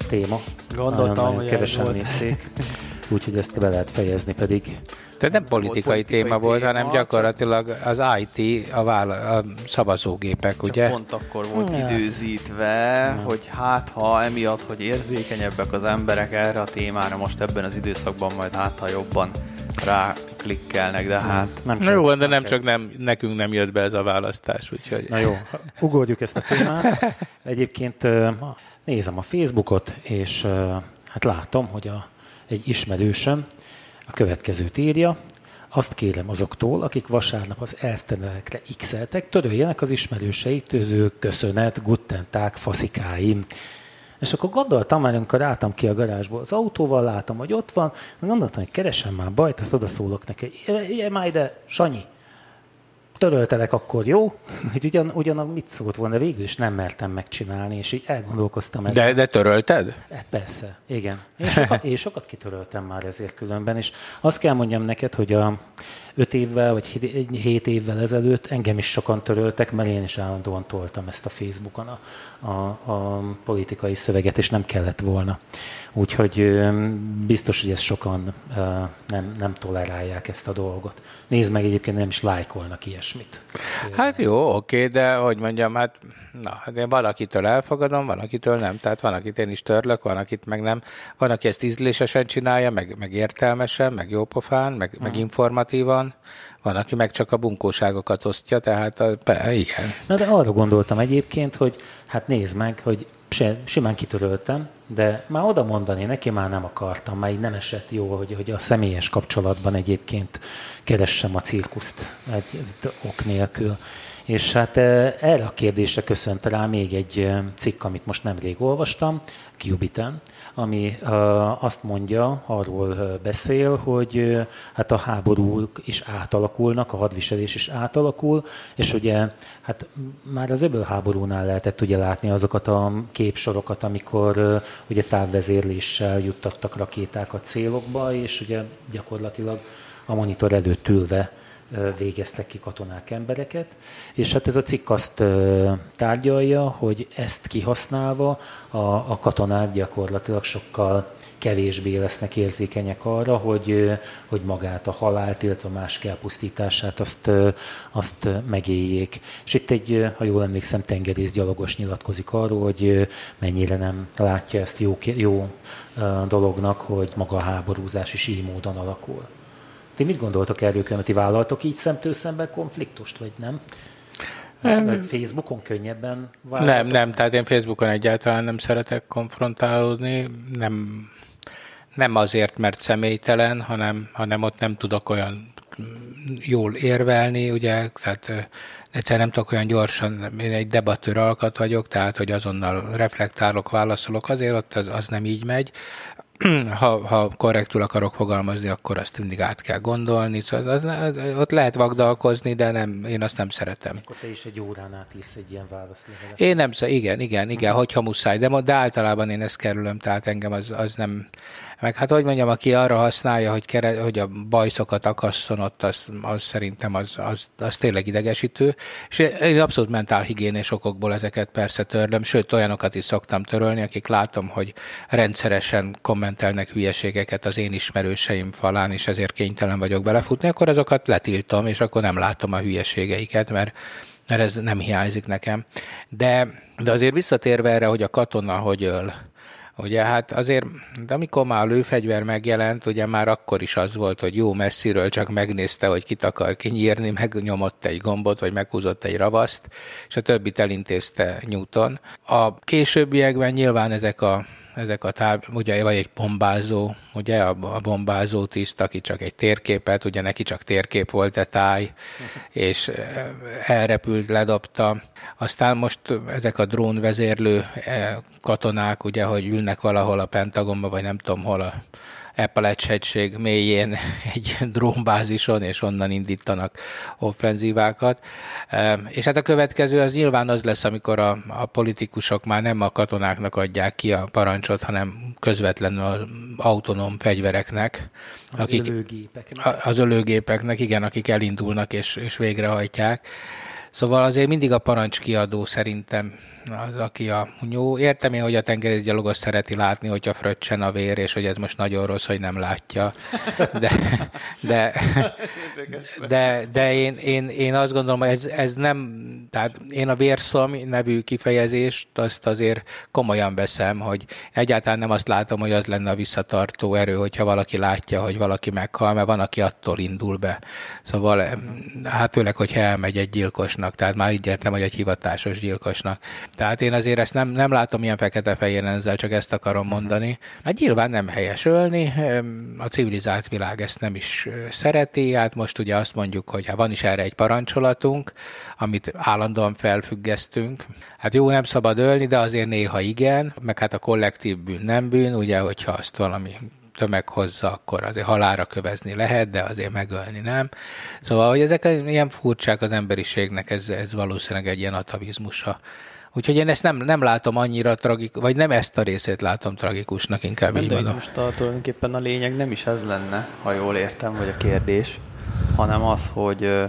téma. Gondoltam, hogy kevesen nézték, úgyhogy ezt be lehet fejezni pedig. Tehát nem politikai téma volt, hanem gyakorlatilag az IT, a szavazógépek, csak ugye? pont akkor volt időzítve, hogy hát ha emiatt, hogy érzékenyebbek az emberek erre a témára most ebben az időszakban, majd hát ha jobban ráklikkelnek, de hát... Na jó, de nem csak nekünk nem jött be ez a választás, úgyhogy... Na jó, ugorjuk ezt a témát. Egyébként nézem a Facebookot, és hát látom, hogy egy ismerősöm a következőt írja. Azt kérem azoktól, akik vasárnap az elvtelenekre x-eltek, töröljenek az ismerőseitől köszönet, guten tag, faszikáim. És akkor gondoltam, már amikor álltam ki a garázsból az autóval, látom, hogy ott van, gondoltam, hogy keresem már bajt, azt odaszólok neki, ilyen már ide, Sanyi, töröltelek akkor, jó? Hogy ugyan mit szólt volna, végül is nem mertem megcsinálni, és így elgondolkoztam ezen. De törölted? Persze, igen. Én sokat kitöröltem már ezért különben, és azt kell mondjam neked, hogy 5 évvel, vagy 7 évvel ezelőtt engem is sokan töröltek, mert én is állandóan toltam ezt a Facebookon a politikai szöveget, és nem kellett volna. Úgyhogy biztos, hogy ezt sokan nem tolerálják ezt a dolgot. Nézd meg, egyébként nem is lájkolnak ilyesmit. Hát jó, oké, de hogy mondjam, hát én valakitől elfogadom, valakitől nem. Tehát van, akit én is törlök, van, akit meg nem. Van, aki ezt ízlésesen csinálja, meg értelmesen, meg jópofán, meg informatívan. Van, aki meg csak a bunkóságokat osztja, tehát igen. Na de arra gondoltam egyébként, hogy hát nézd meg, hogy simán kitöröltem, de már oda mondani neki már nem akartam, már így nem esett jó, hogy a személyes kapcsolatban egyébként keressem a cirkuszt egy ok nélkül. És hát erre a kérdésre köszönt rá még egy cikk, amit most nemrég olvastam, Qubiten, ami azt mondja, arról beszél, hogy hát a háborúk is átalakulnak, a hadviselés is átalakul, és ugye hát már az öbölháborúnál lehetett ugye látni azokat a képsorokat, amikor ugye távvezérléssel juttattak rakétákat célokba, és ugye gyakorlatilag a monitor előtt ülve végeztek ki katonák embereket, és hát ez a cikk azt tárgyalja, hogy ezt kihasználva a katonák gyakorlatilag sokkal kevésbé lesznek érzékenyek arra, hogy magát a halált, illetve más elpusztítását azt megéljék. És itt ha jól emlékszem, tengerészgyalogos nyilatkozik arról, hogy mennyire nem látja ezt jó dolognak, hogy maga a háborúzás is így módon alakul. Ti mit gondoltok erről, hogy ti vállaltok így szemtől szemben konfliktust, vagy nem? Facebookon könnyebben vállaltok? Nem, tehát én Facebookon egyáltalán nem szeretek konfrontálódni, nem azért, mert személytelen, hanem ott nem tudok olyan jól érvelni, ugye, tehát egyszerűen nem tudok olyan gyorsan, én egy debattőr alkat vagyok, tehát hogy azonnal reflektálok, válaszolok, azért ott az nem így megy. Ha korrektül akarok fogalmazni, akkor azt mindig át kell gondolni. Szóval ott lehet vagdalkozni, de én azt nem szeretem. Akkor te is egy órán át írsz egy ilyen válaszlevelet. Én nem, igen, hogyha muszáj, de általában én ezt kerülöm, tehát engem az nem... Meg hát, hogy mondjam, aki arra használja, hogy a bajszokat akasszon ott, az szerintem az tényleg idegesítő. És én abszolút mentálhigiénés okokból ezeket persze törlöm, sőt, olyanokat is szoktam törölni, akik látom, hogy rendszeresen kommentelnek hülyeségeket az én ismerőseim falán, és ezért kénytelen vagyok belefutni, akkor azokat letiltom, és akkor nem látom a hülyeségeiket, mert ez nem hiányzik nekem. De azért visszatérve erre, hogy a katona hogy öl, ugye hát azért, de amikor már a lőfegyver megjelent, ugye már akkor is az volt, hogy jó messziről csak megnézte, hogy kit akar kinyírni, megnyomott egy gombot, vagy meghúzott egy ravaszt, és a többit elintézte Newton. A későbbiekben nyilván ezek a ugye, vagy egy bombázó, ugye a bombázó tiszt, aki csak egy térképet, ugye neki csak térkép volt a táj, és elrepült, ledobta. Aztán most ezek a drónvezérlő katonák, ugye, hogy ülnek valahol a Pentagonban, vagy nem tudom hol, a Appalache-hegység mélyén egy drónbázison, és onnan indítanak offenzívákat. És hát a következő az nyilván az lesz, amikor a politikusok már nem a katonáknak adják ki a parancsot, hanem közvetlenül az autonóm fegyvereknek. Az ölőgépeknek. Az ölőgépeknek, igen, akik elindulnak és végrehajtják. Szóval azért mindig a parancskiadó szerintem az, aki jó, értem én, hogy a tengerészgyalogos szereti látni, hogyha fröccsen a vér, és hogy ez most nagyon rossz, hogy nem látja. De én azt gondolom, hogy ez nem, tehát én a vérszom nevű kifejezést azt azért komolyan veszem, hogy egyáltalán nem azt látom, hogy az lenne a visszatartó erő, hogyha valaki látja, hogy valaki meghal, mert van, aki attól indul be. Szóval, hát főleg, hogyha elmegy egy gyilkosnak, tehát már így értem, hogy egy hivatásos gyilkosnak. Tehát én azért ezt nem látom ilyen fekete-fehéren, ezzel csak ezt akarom mondani. Hát nyilván nem helyes ölni, a civilizált világ ezt nem is szereti, hát most ugye azt mondjuk, hogy van is erre egy parancsolatunk, amit állandóan felfüggesztünk. Hát jó, nem szabad ölni, de azért néha igen, meg hát a kollektív bűn nem bűn, ugye, hogyha azt valami tömeg hozza, akkor azért halálra kövezni lehet, de azért megölni nem. Szóval, hogy ezek ilyen furcsák az emberiségnek, ez valószínűleg egy ilyen atavizmusa. Úgyhogy én ezt nem látom annyira tragikus, vagy nem ezt a részét látom tragikusnak, inkább így mondom. Most tulajdonképpen a lényeg nem is ez lenne, ha jól értem, vagy a kérdés, hanem az, hogy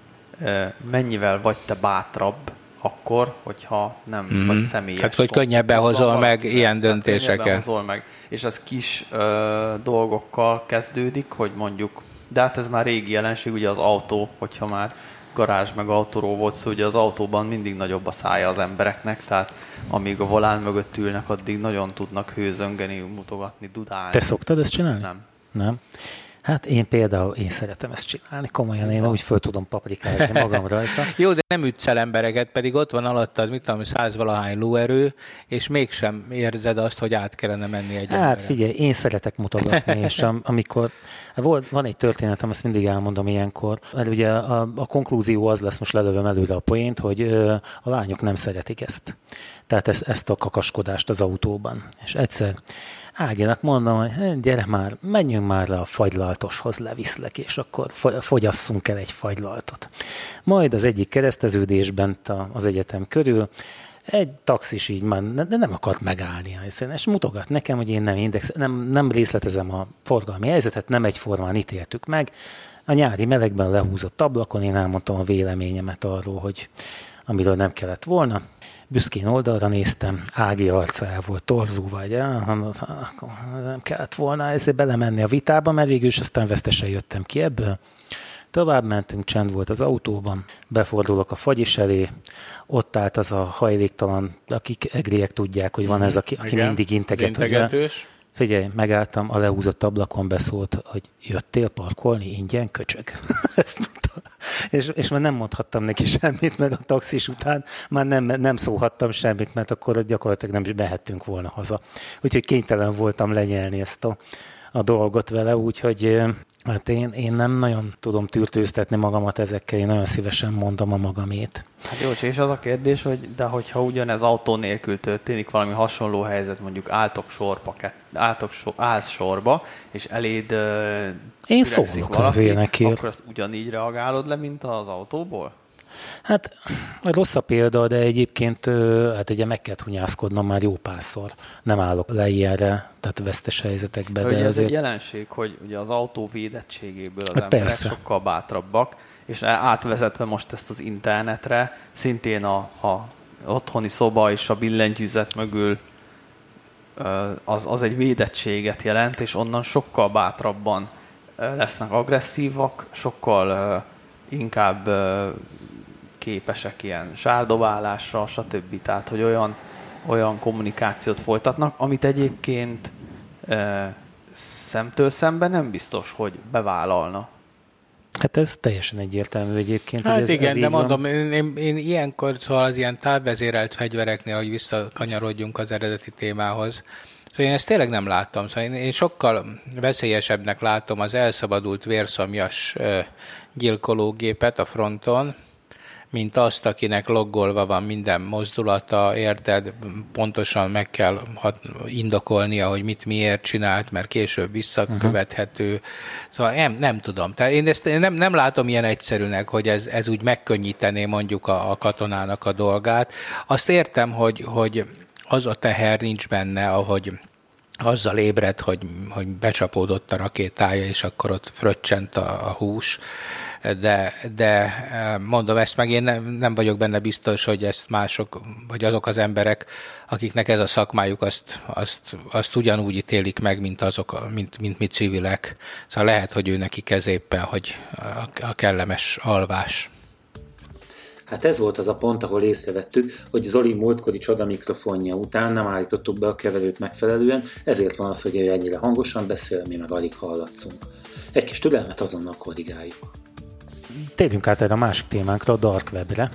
mennyivel vagy te bátrabb akkor, hogyha nem vagy személyes. Hát, hogy könnyebben hozol meg ilyen döntéseket. Hozol meg. És ez kis dolgokkal kezdődik, hogy mondjuk, de hát ez már régi jelenség, ugye az autó, hogyha már garázs meg autóról volt szó, ugye az autóban mindig nagyobb a szája az embereknek, tehát amíg a volán mögött ülnek, addig nagyon tudnak hőzöngeni, mutogatni, dudálni. Te szoktad ezt csinálni? Nem. Hát én szeretem ezt csinálni, komolyan én úgy föl tudom paprikázni magam rajta. Jó, de nem ütsz el embereket, pedig ott van alattad, mit tudom, 100-valahány lóerő, és mégsem érzed azt, hogy át kellene menni egy emberre. Hát figyelj, én szeretek mutogatni, és amikor van egy történetem, azt mindig elmondom ilyenkor, mert ugye a konklúzió az lesz, most lelövöm előre a poént, hogy a lányok nem szeretik ezt. Tehát ezt a kakaskodást az autóban. És egyszer Áginak mondom, hogy gyere már, menjünk már le a fagylaltoshoz, leviszlek, és akkor fogyasszunk el egy fagylaltot. Majd az egyik kereszteződésben az egyetem körül egy taxis így már nem akart megállni, és mutogat nekem, hogy én nem részletezem a forgalmi helyzetet, nem egyformán ítéltük meg. A nyári melegben lehúzott ablakon én elmondtam a véleményemet arról, hogy amiről nem kellett volna. Büszkén oldalra néztem, Ági arca el volt torzulva, vagy nem kellett volna ezért belemenni a vitába, mert végül is aztán vesztesen jöttem ki ebből. Tovább mentünk, csend volt az autóban, befordulok a fagyis elé, ott állt az a hajléktalan, akik egriek tudják, hogy van ez, aki mindig integet. Figyelj, megálltam, a lehúzott ablakon beszólt, hogy jöttél parkolni ingyen, köcsög. Ezt mondta. És már nem mondhattam neki semmit, mert a taxis után már nem szólhattam semmit, mert akkor gyakorlatilag nem is behettünk volna haza. Úgyhogy kénytelen voltam lenyelni ezt a dolgot vele, úgyhogy hát én nem nagyon tudom tűrtőztetni magamat ezekkel, én nagyon szívesen mondom a magamét. Hát jó, és az a kérdés, hogy de hogyha ugyanez autó nélkül történik valami hasonló helyzet, mondjuk állsz sorba, és eléd én szólok az énekért. Akkor azt ugyanígy reagálod le, mint az autóból? Hát rossz a példa, de egyébként hát ugye meg kellett hunyászkodnom már jó párszor. Nem állok le ilyenre, tehát vesztes helyzetekbe. De ez egy jelenség, hogy ugye az autó védettségéből az emberek persze. Sokkal bátrabbak, és átvezetve most ezt az internetre, szintén a otthoni szoba és a billentyűzet mögül az egy védettséget jelent, és onnan sokkal bátrabban lesznek agresszívak, sokkal inkább képesek ilyen sárdobálásra, stb. Tehát, hogy olyan kommunikációt folytatnak, amit egyébként szemtől szemben nem biztos, hogy bevállalna. Hát ez teljesen egyértelmű egyébként. Hát hogy igen, de mondom, én ilyenkor, szóval az ilyen távvezérelt fegyvereknél, hogy visszakanyarodjunk az eredeti témához, szóval én ezt tényleg nem láttam. Szóval én sokkal veszélyesebbnek látom az elszabadult vérszomjas gyilkológépet a fronton, mint azt, akinek loggolva van minden mozdulata, érted, pontosan meg kell indokolnia, hogy mit miért csinált, mert később visszakövethető. Szóval nem tudom. Tehát én ezt nem látom ilyen egyszerűnek, hogy ez úgy megkönnyítené mondjuk a katonának a dolgát. Azt értem, hogy az a teher nincs benne, ahogy azzal ébred, hogy becsapódott a rakétája, és akkor ott fröccsent a hús. de mondom ezt meg, én nem vagyok benne biztos, hogy ezt mások, vagy azok az emberek, akiknek ez a szakmájuk, azt ugyanúgy ítélik meg, mint mi civilek. Szóval lehet, hogy ő neki kezéppen, hogy a kellemes alvás. Hát ez volt az a pont, ahol észrevettük, hogy Zoli múltkori csoda mikrofonja után nem állítottuk be a keverőt megfelelően, ezért van az, hogy ő ennyire hangosan beszél, mi meg alig hallatszunk. Egy kis türelmet azonnal korrigáljuk. Térjünk át erre a másik témánkra, a Dark Webre.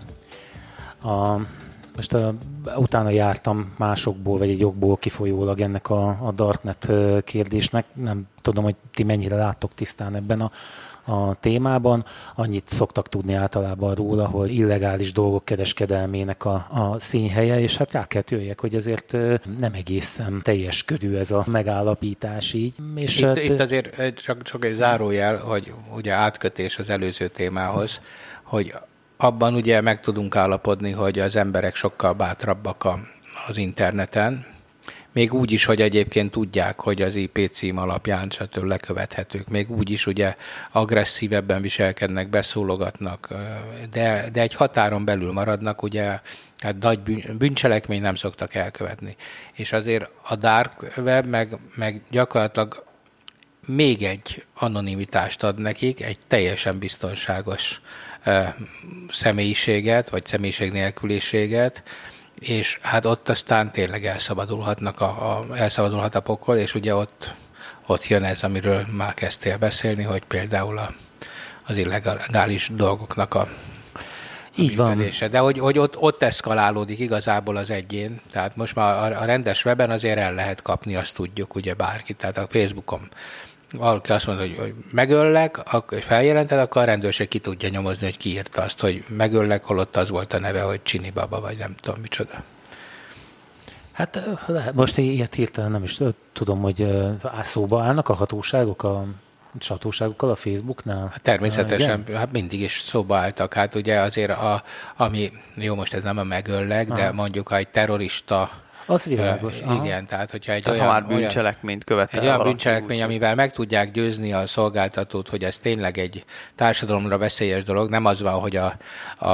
Most utána jártam másokból, vagy egy okból kifolyólag ennek a Darknet kérdésnek. Nem tudom, hogy ti mennyire láttok tisztán ebben a témában. Annyit szoktak tudni általában róla, hogy illegális dolgok kereskedelmének a színhelye, és hát rá kell jöjjek, hogy azért nem egészen teljes körű ez a megállapítás így. És itt azért csak egy zárójel, hogy ugye átkötés az előző témához, hogy abban ugye meg tudunk állapodni, hogy az emberek sokkal bátrabbak az interneten, még úgy is, hogy egyébként tudják, hogy az IP cím alapján stb. Lekövethetők. Még úgy is ugye agresszívebben viselkednek, beszólogatnak, de egy határon belül maradnak, ugye hát nagy bűncselekmény nem szoktak elkövetni. És azért a Dark Web meg gyakorlatilag még egy anonimitást ad nekik, egy teljesen biztonságos személyiséget, vagy személyiség nélküliséget, és hát ott aztán tényleg elszabadulhat a pokol, és ugye ott jön ez, amiről már kezdtél beszélni, hogy például az illegális dolgoknak a így van. De hogy ott eszkalálódik igazából az egyén, tehát most már a rendes weben azért el lehet kapni, azt tudjuk, ugye bárki, tehát a Facebookon valaki azt mondja, hogy megöllek, feljelented, akkor a rendőrség ki tudja nyomozni, hogy ki írta azt, hogy megöllek, holott az volt a neve, hogy Csini Baba, vagy nem tudom micsoda. Hát most ilyet hirtelen nem is tudom, hogy szóba állnak a hatóságok hatóságokkal a Facebooknál? Hát természetesen, hát mindig is szóba álltak. Hát ugye azért ami, jó, most ez nem a megöllek, de mondjuk egy terrorista. Az világos. Igen, tehát hogyha ha már bűncselekményt követel. Egy olyan bűncselekmény, amivel meg tudják győzni a szolgáltatót, hogy ez tényleg egy társadalomra veszélyes dolog, nem az van, hogy a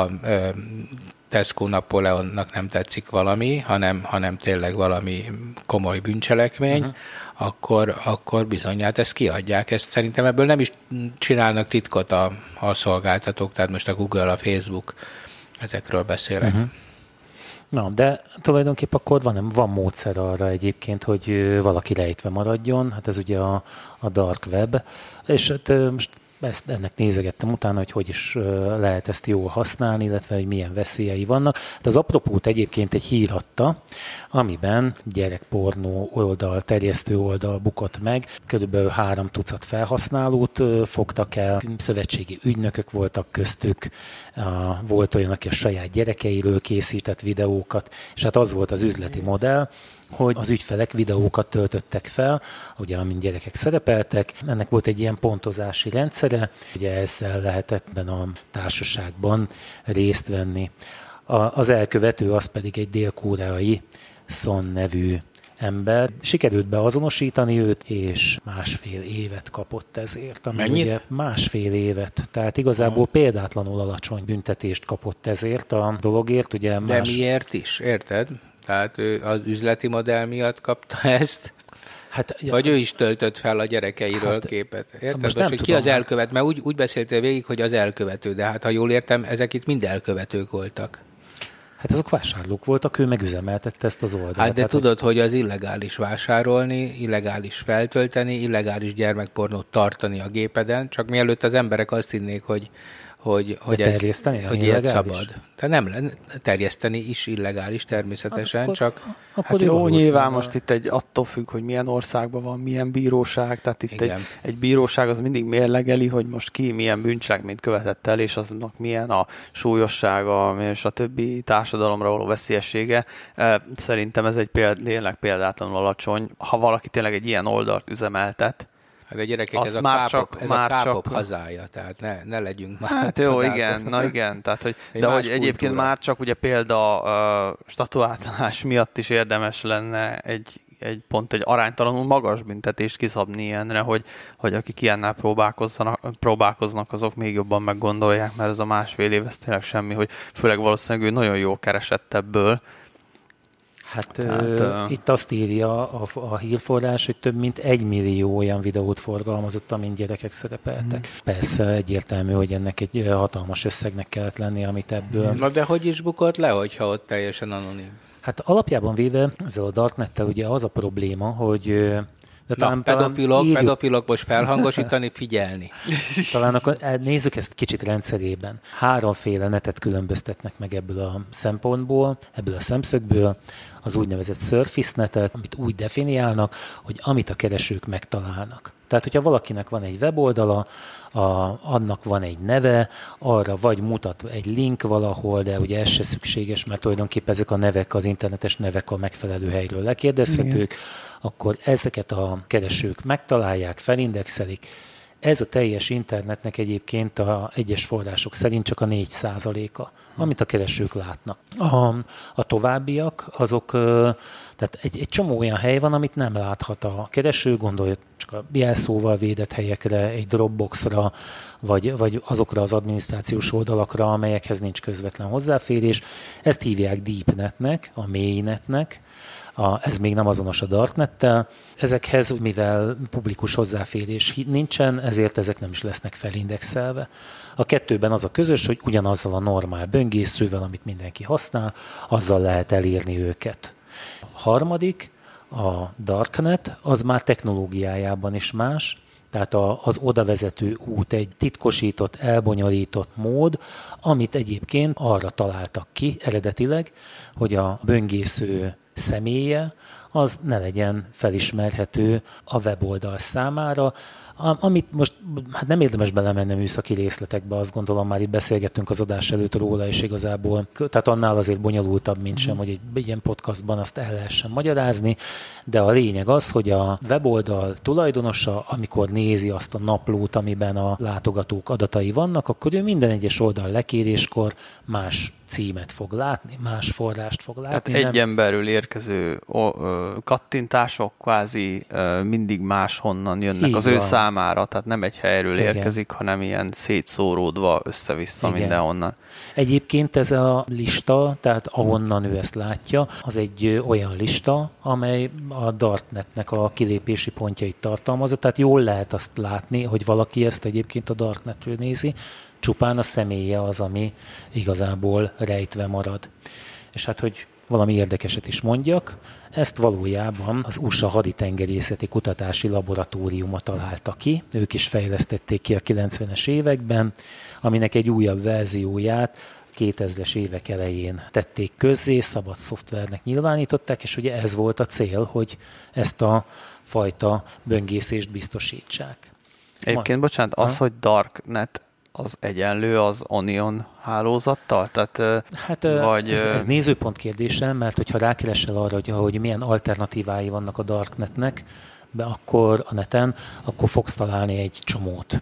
Tesco Napóleonnak nem tetszik valami, hanem tényleg valami komoly bűncselekmény, akkor bizony, hát ezt kiadják. Ezt szerintem ebből nem is csinálnak titkot a szolgáltatók, tehát most a Google, a Facebook, ezekről beszélek. Na, de tulajdonképpen akkor van módszer arra egyébként, hogy valaki rejtve maradjon, hát ez ugye a Dark Web, és hát most ennek nézegettem utána, hogy is lehet ezt jól használni, illetve hogy milyen veszélyei vannak. De az apropót egyébként egy hír adta, amiben gyerekpornó oldal, terjesztő oldal bukott meg. Körülbelül 3 tucat felhasználót fogtak el, szövetségi ügynökök voltak köztük, volt olyan, aki a saját gyerekeiről készített videókat, és hát az volt az üzleti modell, hogy az ügyfelek videókat töltöttek fel, ugye amin gyerekek szerepeltek. Ennek volt egy ilyen pontozási rendszere, ugye ezzel lehetett ebben a társaságban részt venni. Az elkövető az pedig egy dél-koreai Son nevű ember. Sikerült beazonosítani őt, és 1,5 évet kapott ezért. Mennyit? Ugye 1,5 évet. Tehát igazából példátlanul alacsony büntetést kapott ezért a dologért. Ugye de miért is? Érted? Tehát ő az üzleti modell miatt kapta ezt, vagy ő is töltött fel a gyerekeiről képet. Érted? Most hogy ki az elkövet? Mert úgy beszéltél végig, hogy az elkövető, de hát ha jól értem, ezek itt mind elkövetők voltak. Hát azok vásárlók voltak, ő megüzemeltette ezt az oldalt. Hát de tudod, hogy az illegális vásárolni, illegális feltölteni, illegális gyermekpornót tartani a gépeden, csak mielőtt az emberek azt hinnék, hogy ilyet szabad. Tehát nem terjeszteni is illegális természetesen, hát csak... Hát jó, nyilván most itt attól függ, hogy milyen országban van, milyen bíróság, tehát itt egy bíróság az mindig mérlegeli, hogy most ki milyen bűncselekményt követett el, és aznak milyen a súlyossága, és a többi társadalomra való veszélyessége. Szerintem ez egy tényleg példátlanul alacsony. Ha valaki tényleg egy ilyen oldalt üzemeltet, hát a gyerekek, ez a K-pop hazája, tehát ne legyünk már. Hát jó, igen, tehát, hogy, de hogy egyébként már csak ugye példa statuálás miatt is érdemes lenne egy pont egy aránytalanul magas büntetést kiszabni ilyenre, hogy akik ilyennel próbálkoznak, azok még jobban meggondolják, mert ez a másfél év, ez tényleg semmi, hogy főleg valószínűleg ő nagyon jól keresett ebből. Hát itt azt írja a hírforrás, hogy több mint 1 millió olyan videót forgalmazott, amin gyerekek szerepeltek. Persze egyértelmű, hogy ennek egy hatalmas összegnek kellett lenni, amit ebből... Na de hogy is bukott le, hogyha ott teljesen anonim? Hát alapjában véve ezzel a Darknettel ugye az a probléma, hogy... pedofilok most felhangosítani, figyelni. Talán akkor nézzük ezt kicsit rendszerében. 3 netet különböztetnek meg ebből a szempontból, ebből a szemszögből. Az úgynevezett Surface netet, amit úgy definiálnak, hogy amit a keresők megtalálnak. Tehát, hogyha valakinek van egy weboldala, annak van egy neve, arra vagy mutat egy link valahol, de ugye ez se szükséges, mert tulajdonképpen ezek a nevek, az internetes nevek a megfelelő helyről lekérdezhetők, akkor ezeket a keresők megtalálják, felindexelik. Ez a teljes internetnek egyébként a egyes források szerint csak a 4%-a, amit a keresők látnak. A továbbiak, azok, tehát egy csomó olyan hely van, amit nem láthat a kereső, gondolj csak a jelszóval védett helyekre, egy Dropboxra, vagy azokra az adminisztrációs oldalakra, amelyekhez nincs közvetlen hozzáférés. Ezt hívják DeepNetnek, a mélynetnek. Ez még nem azonos a Darknettel. Ezekhez, mivel publikus hozzáférés nincsen, ezért ezek nem is lesznek felindexelve. A kettőben az a közös, hogy ugyanazzal a normál böngészővel, amit mindenki használ, azzal lehet elérni őket. A harmadik, a Darknet, az már technológiájában is más, tehát az odavezető út egy titkosított, elbonyolított mód, amit egyébként arra találtak ki eredetileg, hogy a böngésző személye az ne legyen felismerhető a weboldal számára, amit most hát nem érdemes belemenni műszaki részletekbe, azt gondolom, már itt beszélgettünk az adás előtt róla, és igazából, tehát annál azért bonyolultabb, mint sem, hogy egy ilyen podcastban azt el lehessen magyarázni, de a lényeg az, hogy a weboldal tulajdonosa, amikor nézi azt a naplót, amiben a látogatók adatai vannak, akkor ő minden egyes oldal lekéréskor más címet fog látni, más forrást fog látni. Tehát egy emberről érkező kattintások kvázi mindig máshonnan jönnek így az van. Ő számára, tehát nem egy helyről igen. érkezik, hanem ilyen szétszóródva össze-vissza igen. mindenhonnan. Egyébként ez a lista, tehát ahonnan ő ezt látja, az egy olyan lista, amely a Darknetnek a kilépési pontjait tartalmazza, tehát jól lehet azt látni, hogy valaki ezt egyébként a Darknetről nézi, csupán a személye az, ami igazából rejtve marad. És hát, hogy valami érdekeset is mondjak, ezt valójában az USA haditengerészeti kutatási laboratóriuma találta ki, ők is fejlesztették ki a 90-es években, aminek egy újabb verzióját 2000-es évek elején tették közzé, szabad szoftvernek nyilvánították, és ugye ez volt a cél, hogy ezt a fajta böngészést biztosítsák. Egyébként, bocsánat, az, hogy Darknet az egyenlő az Onion hálózattal? Tehát, hát ez nézőpont kérdése, mert hogyha rákeresel arra, hogy milyen alternatívái vannak a Darknetnek, akkor a neten, akkor fogsz találni egy csomót.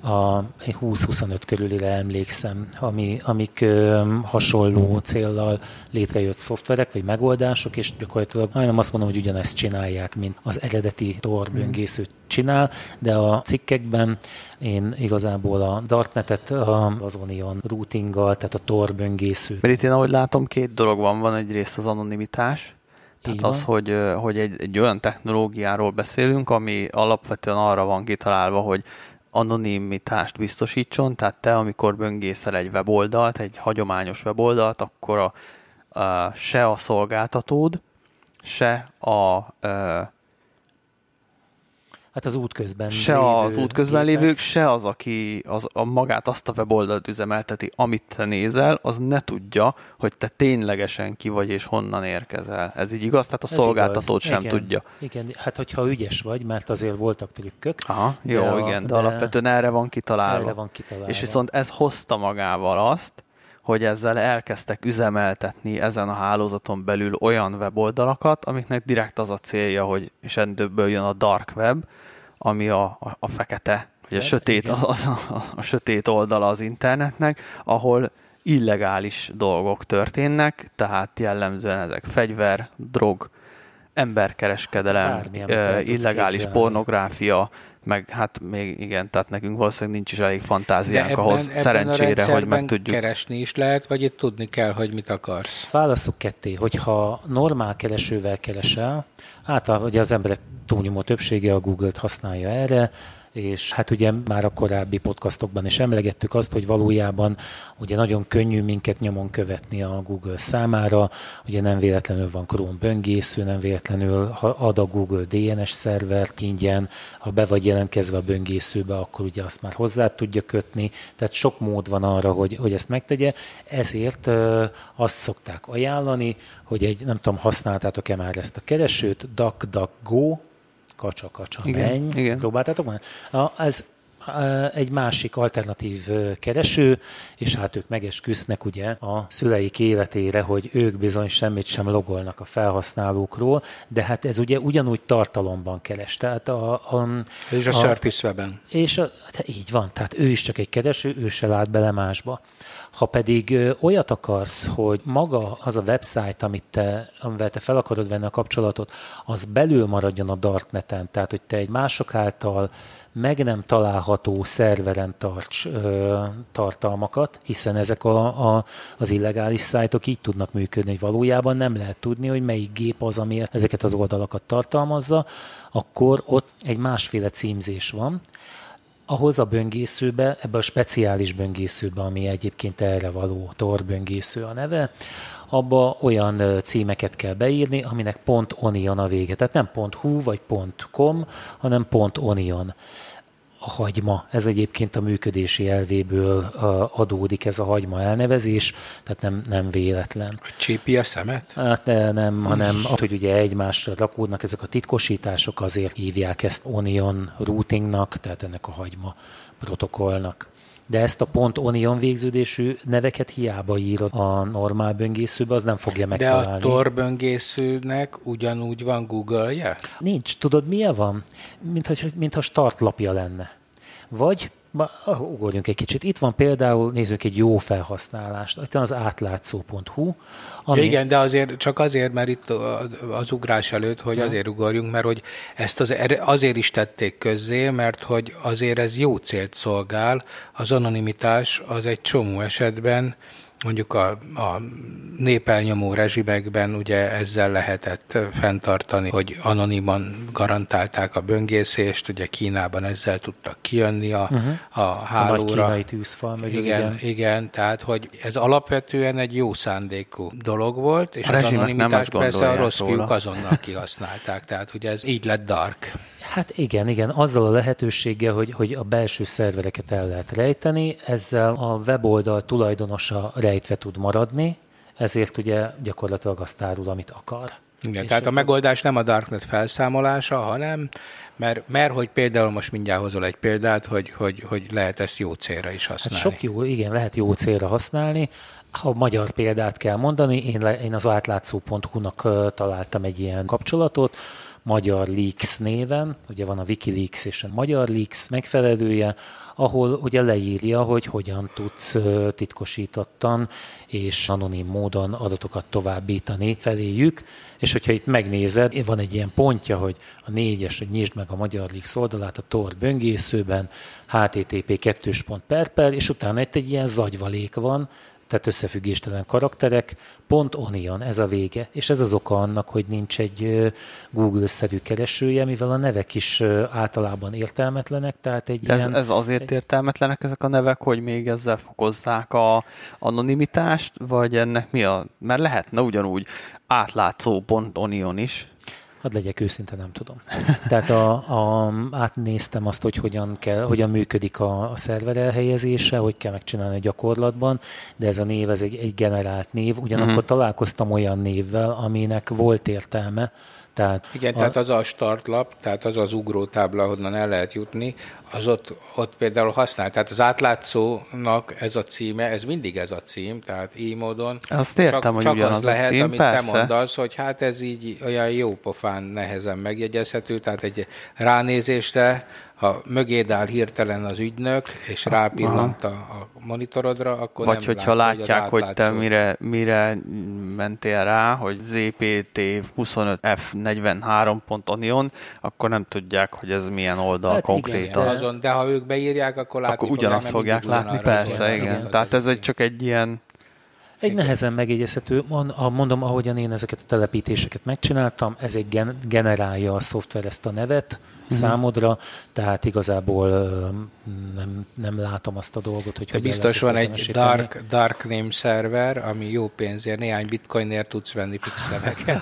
20-25 körülire emlékszem, amik hasonló céllal létrejött szoftverek vagy megoldások, és gyakorlatilag nem azt mondom, hogy ugyanezt csinálják, mint az eredeti Tor böngésző csinál, de a cikkekben én igazából a Darknetet az Onion routinggal, tehát a Tor böngésző. Mert itt én ahogy látom, 2 dolog van egyrészt az anonimitás, tehát az, hogy egy olyan technológiáról beszélünk, ami alapvetően arra van kitalálva, hogy anonimitást biztosítson, tehát te, amikor böngészel egy weboldalt, egy hagyományos weboldalt, akkor se a szolgáltatód, se hát az útközben lévők, se az, aki magát azt a weboldalt üzemelteti, amit te nézel, az ne tudja, hogy te ténylegesen ki vagy és honnan érkezel. Ez így igaz? Tehát a szolgáltatót sem tudja. Igen, hát hogyha ügyes vagy, mert azért voltak trükkök. Aha, jó, de alapvetően erre van kitalálva. És viszont ez hozta magával azt, hogy ezzel elkezdtek üzemeltetni ezen a hálózaton belül olyan weboldalakat, amiknek direkt az a célja, hogy és ebből jön a dark web, ami a fekete, vagy a sötét, a sötét oldala az internetnek, ahol illegális dolgok történnek, tehát jellemzően ezek fegyver, drog, emberkereskedelem, illegális pornográfia, meg hát még igen, tehát nekünk valószínűleg nincs is elég fantáziánk ahhoz szerencsére, hogy meg tudjuk. Keresni is lehet, vagy itt tudni kell, hogy mit akarsz? Válasszuk ketté, hogyha normál keresővel keresel, általában ugye az emberek túlnyomó többsége a Google-t használja erre, és hát ugye már a korábbi podcastokban is emlegettük azt, hogy valójában ugye nagyon könnyű minket nyomon követni a Google számára, ugye nem véletlenül van Chrome böngésző, nem véletlenül ad a Google DNS szervert ingyen, ha be vagy jelentkezve a böngészőbe, akkor ugye azt már hozzá tudja kötni, tehát sok mód van arra, hogy ezt megtegye, ezért azt szokták ajánlani, hogy nem tudom, használtátok-e már ezt a keresőt, DuckDuckGo, kacsa, menj. Próbáltátok már? Ez egy másik alternatív kereső, és hát ők megesküsznek ugye a szüleik életére, hogy ők bizony semmit sem logolnak a felhasználókról, de hát ez ugye ugyanúgy tartalomban keres. Tehát és a Surface Web-en. Hát így van, tehát ő is csak egy kereső, ő se lát bele másba. Ha pedig olyat akarsz, hogy maga az a website, amivel te fel akarod venni a kapcsolatot, az belül maradjon a darkneten, tehát hogy te egy mások által meg nem található szerveren tarts tartalmakat, hiszen ezek az illegális szájtok így tudnak működni, hogy valójában nem lehet tudni, hogy melyik gép az, ami ezeket az oldalakat tartalmazza, akkor ott egy másféle címzés van, ahhoz a böngészőbe, ebbe a speciális böngészőbe, ami egyébként erre való Tor böngésző a neve, abba olyan címeket kell beírni, aminek .onion a vége. Tehát nem .hu vagy .com, hanem .onion. A hagyma, ez egyébként a működési elvéből adódik ez a hagyma elnevezés, tehát nem véletlen. Csépi a szemet? Hát nem, hanem hogy ugye egymásra rakódnak ezek a titkosítások, azért hívják ezt onion routingnak, tehát ennek a hagyma protokollnak. De ezt a .onion végződésű neveket hiába írod a normál böngészőbe, az nem fogja megtalálni. De a Tor böngészőnek ugyanúgy van Google-je? Nincs. Tudod, milyen van? Mintha startlapja lenne. Vagy, ugorjunk egy kicsit. Itt van például, nézzük egy jó felhasználást. Itt van az átlátszó.hu. Ami... Ja, igen, de csak azért, mert itt az ugrás előtt, hogy azért ugorjunk, mert hogy ezt azért is tették közzé, mert hogy azért ez jó célt szolgál. Az anonimitás az egy csomó esetben, mondjuk a népelnyomó rezsimekben ugye ezzel lehetett fenntartani, hogy anoniman garantálták a böngészést, ugye Kínában ezzel tudtak kijönni a hálóra. A nagy kínai tűzfal. Meg igen, tehát hogy ez alapvetően egy jó szándékú dolog volt, és az anonimitást persze a rossz fiúk azonnal kihasználták, tehát ugye ez így lett dark. Hát igen, azzal a lehetőséggel, hogy a belső szervereket el lehet rejteni, ezzel a weboldal tulajdonosa rejtve tud maradni, ezért ugye gyakorlatilag azt árul, amit akar. Igen, tehát a megoldás nem a darknet felszámolása, hanem, mert hogy például most mindjárt hozol egy példát, hogy lehet ezt jó célra is használni. Hát lehet jó célra használni. Ha magyar példát kell mondani, én az átlátszó.hu-nak találtam egy ilyen kapcsolatot, Magyar Leaks néven, ugye van a Wikileaks és a Magyar Leaks megfelelője, ahol ugye leírja, hogy hogyan tudsz titkosítottan és anonim módon adatokat továbbítani feléjük, és hogyha itt megnézed, van egy ilyen pontja, hogy a 4-es, hogy nyisd meg a Magyar Leaks oldalát a Tor böngészőben, http://, és utána egy ilyen zagyvalék van, tehát összefüggéstelen karakterek, .onion, ez a vége. És ez az oka annak, hogy nincs egy Google-szerű keresője, mivel a nevek is általában értelmetlenek, tehát egy Ez azért értelmetlenek ezek a nevek, hogy még ezzel fokozzák a anonimitást, vagy ennek mi a... Mert lehetne ugyanúgy átlátszó.onion is. Hadd legyek őszinte, nem tudom. Tehát átnéztem azt, hogy hogyan működik a szerver elhelyezése, hogy kell megcsinálni a gyakorlatban, de ez a név, ez egy generált név. Ugyanakkor találkoztam olyan névvel, aminek volt értelme. Tehát az a startlap, tehát az az ugrótábla, ahonnan el lehet jutni, az ott például használ. Tehát az átlátszónak ez a címe, ez mindig ez a cím, tehát így módon. Azt értem, hogy ugyanaz az lehet, a cím, amit persze. te mondasz, hogy hát ez így olyan jó pofán nehezen megjegyezhető, tehát egy ránézésre ha mögéd áll hirtelen az ügynök, és rápillant a monitorodra, akkor vagy nem hogyha látják, hogy te átlátszó. mire mentél rá, hogy ZPT 25F43.onion, akkor nem tudják, hogy ez milyen oldal Hát konkrétan. Igen, de ha ők beírják, akkor látni akkor ugyanazt fogják látni, persze, igen. Tehát ez csak egy ilyen... Egy nehezen megjegyezhető, mondom, ahogyan én ezeket a telepítéseket megcsináltam, ez egy generálja a szoftver ezt a nevet számodra, tehát igazából nem látom azt a dolgot, hogy... Biztos van egy dark name szerver, ami jó pénzért, néhány bitcoinért tudsz venni fix neveket.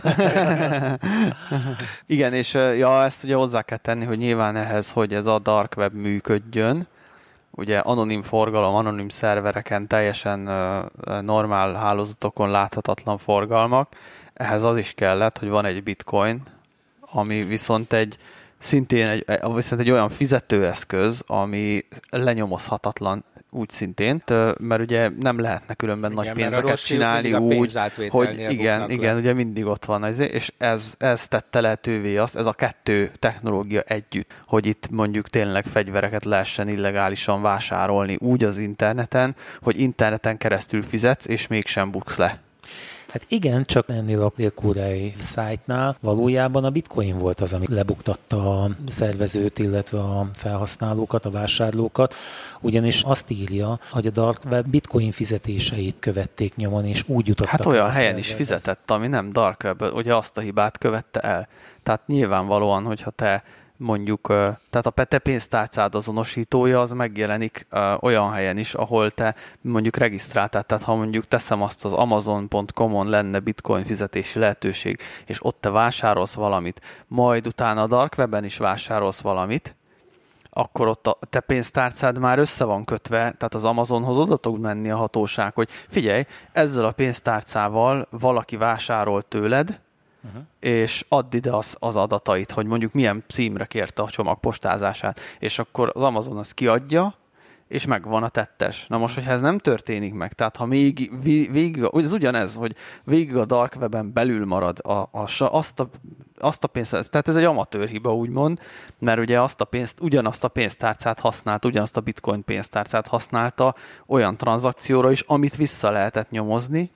Igen, és ezt ugye hozzá kell tenni, hogy nyilván ehhez, hogy ez a dark web működjön, ugye anonim forgalom, anonim szervereken, teljesen normál hálózatokon láthatatlan forgalmak. Ehhez az is kellett, hogy van egy bitcoin, ami viszont szintén egy olyan fizetőeszköz, ami lenyomozhatatlan úgy szintén, mert ugye nem lehetne különben nagy pénzeket csinálni úgy, hogy igen, ugye mindig ott van ez, és ez tette lehetővé azt, ez a kettő technológia együtt, hogy itt mondjuk tényleg fegyvereket lehessen illegálisan vásárolni úgy az interneten, hogy interneten keresztül fizetsz, és mégsem buksz le. Hát igen, csak ennél a dél-koreai szájtnál valójában a bitcoin volt az, ami lebuktatta a szervezőt, illetve a felhasználókat, a vásárlókat, ugyanis azt írja, hogy a dark web bitcoin fizetéseit követték nyomon, és úgy jutottak. Hát olyan helyen is fizetett, ami nem dark web, ugye azt a hibát követte el. Tehát nyilvánvalóan, hogyha te mondjuk, tehát a te pénztárcád azonosítója az megjelenik olyan helyen is, ahol te mondjuk regisztráltál, tehát ha mondjuk teszem azt, az Amazon.com-on lenne bitcoin fizetési lehetőség, és ott te vásárolsz valamit, majd utána a dark webben is vásárolsz valamit, akkor ott a te pénztárcád már össze van kötve, tehát az Amazonhoz oda tud menni a hatóság, hogy figyelj, ezzel a pénztárcával valaki vásárol tőled, és add ide az adatait, hogy mondjuk milyen címre kérte a csomag postázását, és akkor az Amazon azt kiadja, és megvan a tettes. Na most, hogyha ez nem történik meg, tehát ha még végig, ez ugyanez, hogy végig a dark weben belül marad azt a pénzt, tehát ez egy amatőr hiba, úgymond, mert ugye ugyanazt a pénztárcát használta, ugyanazt a bitcoin pénztárcát használta olyan tranzakcióra is, amit vissza lehetett nyomozni,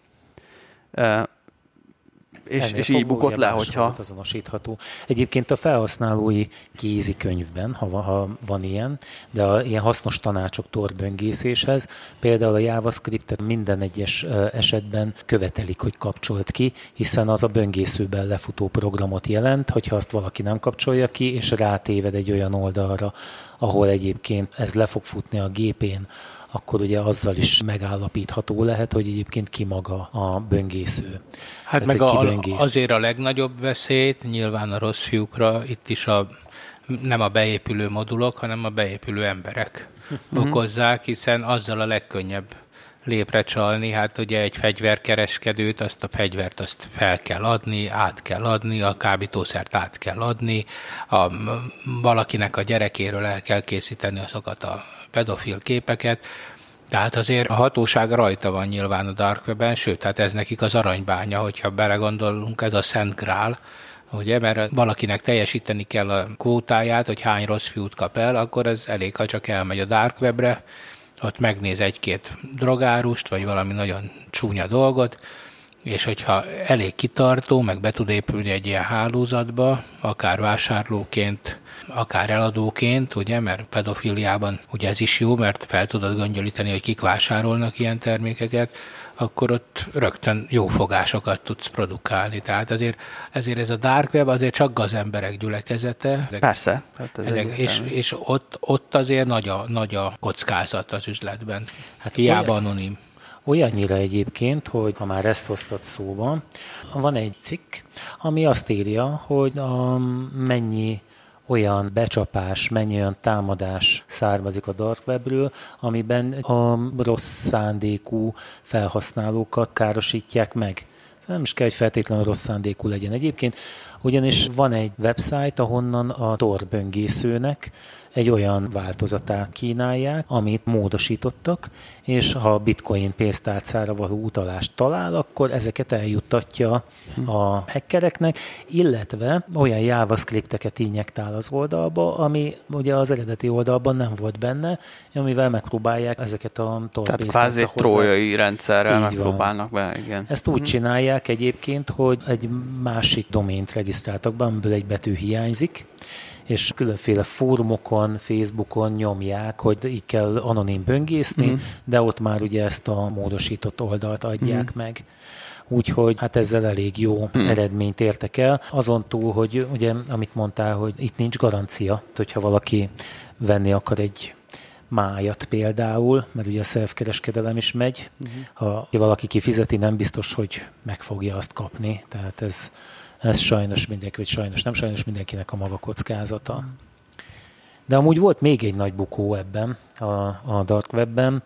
és így bukott le, hogyha... azonosítható. Egyébként a felhasználói kézikönyvben, ha van ilyen, de ilyen hasznos tanácsok torböngészéshez, például a JavaScriptet minden egyes esetben követelik, hogy kapcsolt ki, hiszen az a böngészőben lefutó programot jelent, hogyha azt valaki nem kapcsolja ki, és rátéved egy olyan oldalra, ahol egyébként ez le fog futni a gépén, akkor ugye azzal is megállapítható lehet, hogy egyébként ki maga a böngésző. Hát tehát, meg azért a legnagyobb veszélyt nyilván a rossz fiúkra itt is nem a beépülő modulok, hanem a beépülő emberek okozzák, hiszen azzal a legkönnyebb lépre csalni. Hát ugye egy fegyverkereskedőt, azt a fegyvert azt fel kell adni, át kell adni, a kábítószert át kell adni, valakinek a gyerekéről el kell készíteni azokat a pedofil képeket. Tehát azért a hatóság rajta van nyilván a dark webben, sőt, hát ez nekik az aranybánya, hogyha belegondolunk, ez a Szent Grál, ugye, mert valakinek teljesíteni kell a kvótáját, hogy hány rossz fiút kap el, akkor ez elég, ha csak elmegy a dark webre, ott megnéz egy-két drogárust, vagy valami nagyon csúnya dolgot, és hogyha elég kitartó, meg be tud épülni egy ilyen hálózatba, akár vásárlóként, akár eladóként, ugye, mert pedofiliában ugye ez is jó, mert fel tudod göngyölíteni, hogy kik vásárolnak ilyen termékeket, akkor ott rögtön jó fogásokat tudsz produkálni. Tehát ezért ez a dark web azért csak gazemberek gyülekezete. Persze. És ott azért nagy a kockázat az üzletben. Hát hiába anonim. Olyannyira egyébként, hogy ha már ezt hoztad szóba, van egy cikk, ami azt írja, hogy mennyi olyan becsapás, mennyi olyan támadás származik a dark webről, amiben a rossz szándékú felhasználókat károsítják meg. nem is kell, hogy feltétlenül rossz szándékú legyen egyébként, ugyanis van egy website, ahonnan a Tor böngészőnek egy olyan változatát kínálják, amit módosítottak, és ha bitcoin pénztárcára való utalást talál, akkor ezeket eljuttatja a hackereknek, illetve olyan JavaScripteket injektál az oldalba, ami ugye az eredeti oldalban nem volt benne, amivel megpróbálják ezeket a Tor tehát kvázi egy trójai rendszerrel megpróbálnak be, igen. Ezt úgy csinálják egyébként, hogy egy másik domént regisztráltak be, amiből egy betű hiányzik, és különféle fórumokon, Facebookon nyomják, hogy így kell anonim böngészni, de ott már ugye ezt a módosított oldalt adják meg. Úgyhogy hát ezzel elég jó eredményt értek el. Azon túl, hogy ugye, amit mondtál, hogy itt nincs garancia, hogyha valaki venni akar egy májat például, mert ugye a self-kereskedelem is megy. Ha valaki kifizeti, nem biztos, hogy meg fogja azt kapni. Tehát ez sajnos mindenki, vagy sajnos nem sajnos mindenkinek a maga kockázata. De amúgy volt még egy nagy bukó ebben, a Dark Webben,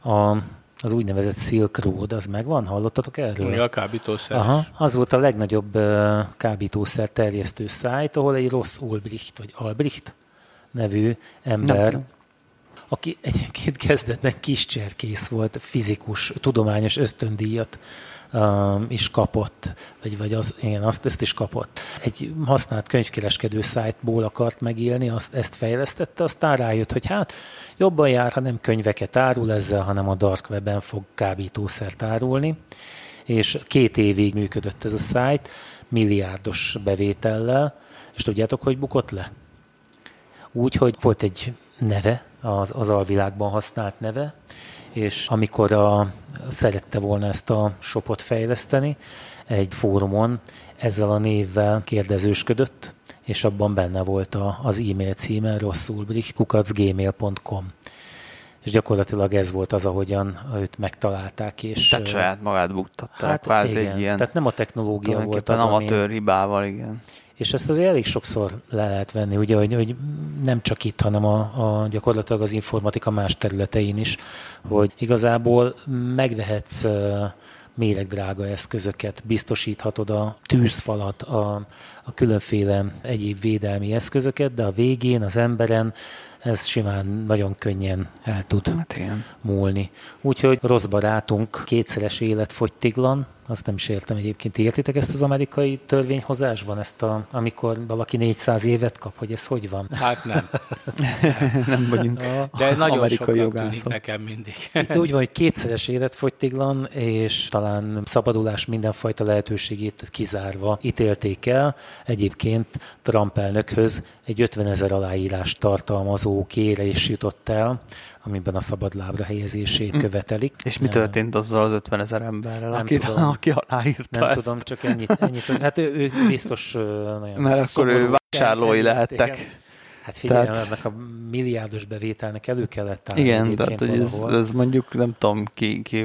az úgynevezett Silk Road, az megvan? Hallottatok erről? A kábítószer. Aha, az volt a legnagyobb kábítószer terjesztő szájt, ahol egy Ross Ulbricht, vagy Albrecht nevű ember, aki egyébként kezdetben kis cserkész volt, fizikus, tudományos ösztöndíjat is kapott, vagy ezt is kapott. Egy használt könyvkereskedő szájtból akart megélni, ezt fejlesztette, aztán rájött, hogy hát jobban jár, ha nem könyveket árul ezzel, hanem a Dark Webben fog kábítószert árulni. És 2 évig működött ez a szájt, milliárdos bevétellel, és tudjátok, hogy bukott le? Úgy, hogy volt egy neve, az alvilágban használt neve, és amikor szerette volna ezt a shopot fejleszteni, egy fórumon ezzel a névvel kérdezősködött, és abban benne volt az e-mail címe rossulbricht@gmail.com. És gyakorlatilag ez volt az, ahogyan őt megtalálták. És tehát saját magát buktatták, kvázi egy ilyen... Tehát nem a technológia volt az, amatőr hibával, igen. És ezt azért elég sokszor le lehet venni, ugye, hogy nem csak itt, hanem gyakorlatilag az informatika más területein is, hogy igazából megvehetsz méregdrága eszközöket, biztosíthatod a tűzfalat, a különféle egyéb védelmi eszközöket, de a végén az emberen ez simán nagyon könnyen el tud múlni. Úgyhogy rossz barátunk 2-szeres életfogytiglan, azt nem is értem egyébként. Értitek ezt az amerikai törvényhozásban, amikor valaki 400 évet kap, hogy ez hogy van? Hát nem. Nem vagyunk de nagyon amerikai jogászok nekem mindig. Itt úgy van, hogy 2-szeres életfogytiglan, és talán szabadulás mindenfajta lehetőségét kizárva ítélték el. Egyébként Trump elnökhöz egy 50 000 aláírást tartalmazó kérés jutott el, amiben a szabadlábra helyezését követelik. És mi történt azzal az 50 000 emberrel, aki aláírta nem ezt? tudom, csak ennyit. Hát ő biztos nagyon... Mert akkor ő vásárlói lehettek. Hát figyelj, ennek a milliárdos bevételnek elő kellett állni. Igen, tehát hogy ez mondjuk nem tudom ki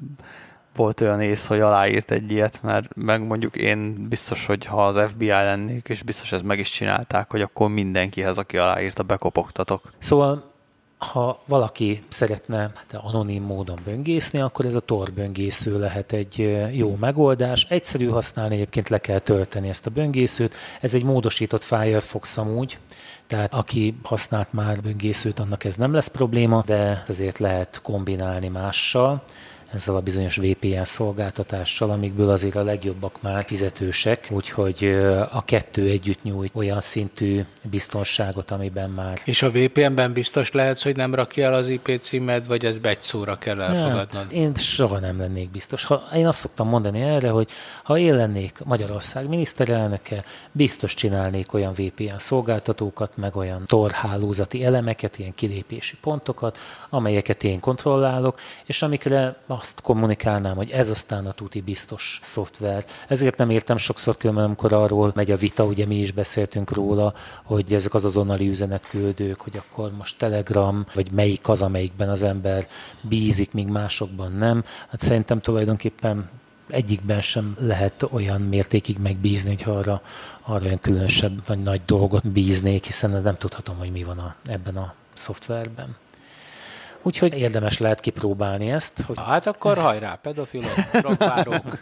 volt olyan ész, hogy aláírt egy ilyet, mert meg mondjuk én biztos, hogy ha az FBI lennék, és biztos ezt meg is csinálták, hogy akkor mindenkihez, aki aláírta, bekopogtatok. Szóval ha valaki szeretne anonim módon böngészni, akkor ez a Tor böngésző lehet egy jó megoldás. Egyszerű használni, egyébként le kell tölteni ezt a böngészőt. Ez egy módosított Firefox amúgy, tehát aki használt már böngészőt, annak ez nem lesz probléma, de azért lehet kombinálni mással, ezzel a bizonyos VPN szolgáltatással, amikből azért a legjobbak már fizetősek, úgyhogy a 2 együtt nyújt olyan szintű biztonságot, amiben már... És a VPN-ben biztos lehetsz, hogy nem rakja el az IP címed, vagy ez begy-szóra kell elfogadnod? Hát, én soha nem lennék biztos. Én azt szoktam mondani erre, hogy ha én lennék Magyarország miniszterelnöke, biztos csinálnék olyan VPN szolgáltatókat, meg olyan Tor hálózati elemeket, ilyen kilépési pontokat, amelyeket én kontrollálok, és amikre azt kommunikálnám, hogy ez aztán a tuti biztos szoftver. Ezért nem értem sokszor különben, amikor arról megy a vita, ugye mi is beszéltünk róla, hogy ezek az azonnali üzenetküldők, hogy akkor most Telegram, vagy melyik az, amelyikben az ember bízik, míg másokban nem. Hát szerintem tulajdonképpen egyikben sem lehet olyan mértékig megbízni, hogy arra olyan különösebb vagy nagy dolgot bíznék, hiszen nem tudhatom, hogy mi van ebben a szoftverben. Úgyhogy érdemes lehet kipróbálni ezt. Hogy... Hát akkor hajrá, pedofilok, drogvárok.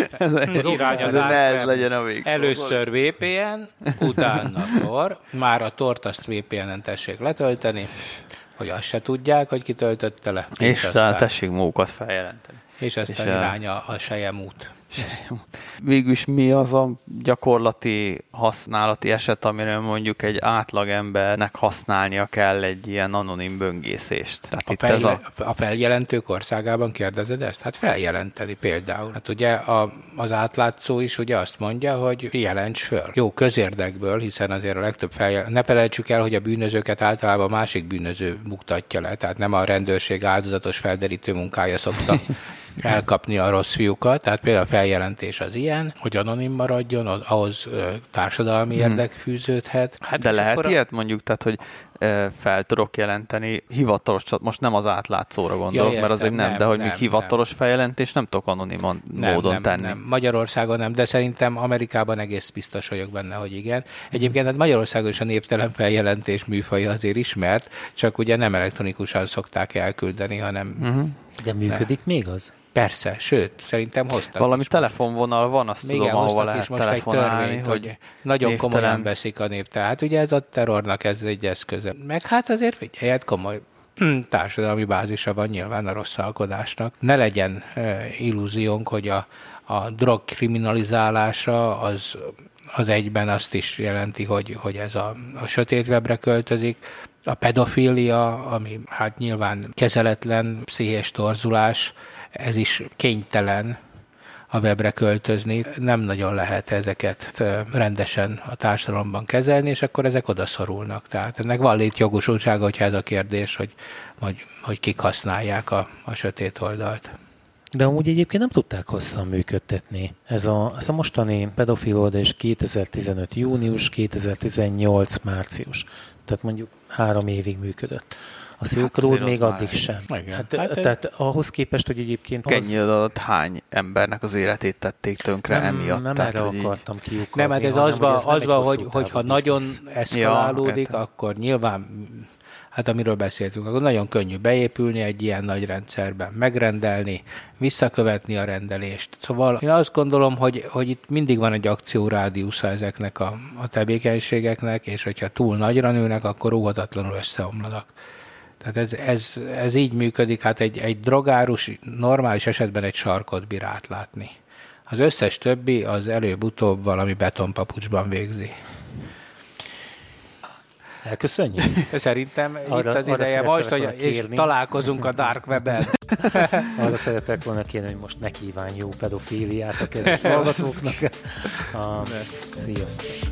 Irány a ez legyen a végszó. Először VPN, utána Tor. Már a Tort azt VPN-en tessék letölteni, hogy azt se tudják, hogy kitöltötte le. És aztán tessék magukat feljelenteni. És aztán irány a Selyemút. Végülis mi az a gyakorlati használati eset, amire mondjuk egy átlagembernek használnia kell egy ilyen anonim böngészést? Tehát a feljelentők országában kérdezed ezt? Hát feljelenteni például. Hát ugye az átlátszó is ugye azt mondja, hogy jelents föl. Jó, közérdekből, hiszen azért a legtöbb ne felejtsük el, hogy a bűnözőket általában másik bűnöző buktatja le, tehát nem a rendőrség áldozatos felderítő munkája szokta elkapni a rossz fiúkat, tehát például a feljelentés az ilyen, hogy anonim maradjon, ahhoz társadalmi érdek fűződhet. Hát de lehet ilyet mondjuk, tehát hogy fel tudok jelenteni hivatalos, most nem az átlátszóra gondolok, mert azért nem, de hogy még hivatalos feljelentés nem tudok anonim módon tenni. Nem. Magyarországon nem, de szerintem Amerikában egész biztos vagyok benne, hogy igen. Egyébként hát Magyarországon is a névtelen feljelentés műfaja azért ismert, csak ugye nem elektronikusan szokták elküldeni, hanem... De működik még az? Persze, sőt, szerintem hoztak. Valami telefonvonal van, azt tudom, ahova lehet telefonálni, hogy nagyon komolyan veszik a névtelen. Hát ugye ez a terrornak ez egy eszköze. Meg hát azért figyelj, komoly társadalmi bázisa van nyilván a rosszalkodásnak. Ne legyen illúziónk, hogy a drog kriminalizálása az egyben azt is jelenti, hogy ez a sötét webre költözik. A pedofília, ami hát nyilván kezeletlen pszichés torzulás, ez is kénytelen a webre költözni. Nem nagyon lehet ezeket rendesen a társadalomban kezelni, és akkor ezek odaszorulnak. Tehát ennek van létjogosultsága, hogyha ez a kérdés, hogy kik használják a sötét oldalt. De amúgy egyébként nem tudták hosszan működtetni. Ez a mostani pedofil oldal is 2015. június, 2018. március. Tehát mondjuk 3 évig működött. A Silk Road még addig sem. Tehát ahhoz képest, hogy egyébként... Ennyi adat hány embernek az életét tették tönkre emiatt. Nem tehát, erre akartam kiukadni. Nem, hát ez az van, hogy ha nagyon eszkalálódik, akkor nyilván, hát amiről beszéltünk, akkor nagyon könnyű beépülni egy ilyen nagy rendszerben, megrendelni, visszakövetni a rendelést. Szóval én azt gondolom, hogy itt mindig van egy akciórádiusza ezeknek a tevékenységeknek, és hogyha túl nagyra nőnek, akkor óhatatlanul összeomlanak. Tehát ez így működik, hát egy drogárus normális esetben egy sarkot bír átlátni. Az összes többi az előbb-utóbb valami betonpapucsban végzi. Elköszönjük? Szerintem itt az ideje most, hogy találkozunk a Dark Web-en. Arra szeretek volna kérni, hogy most ne kívánj jó pedofíliát a kedves hallgatóknak. Sziasztok!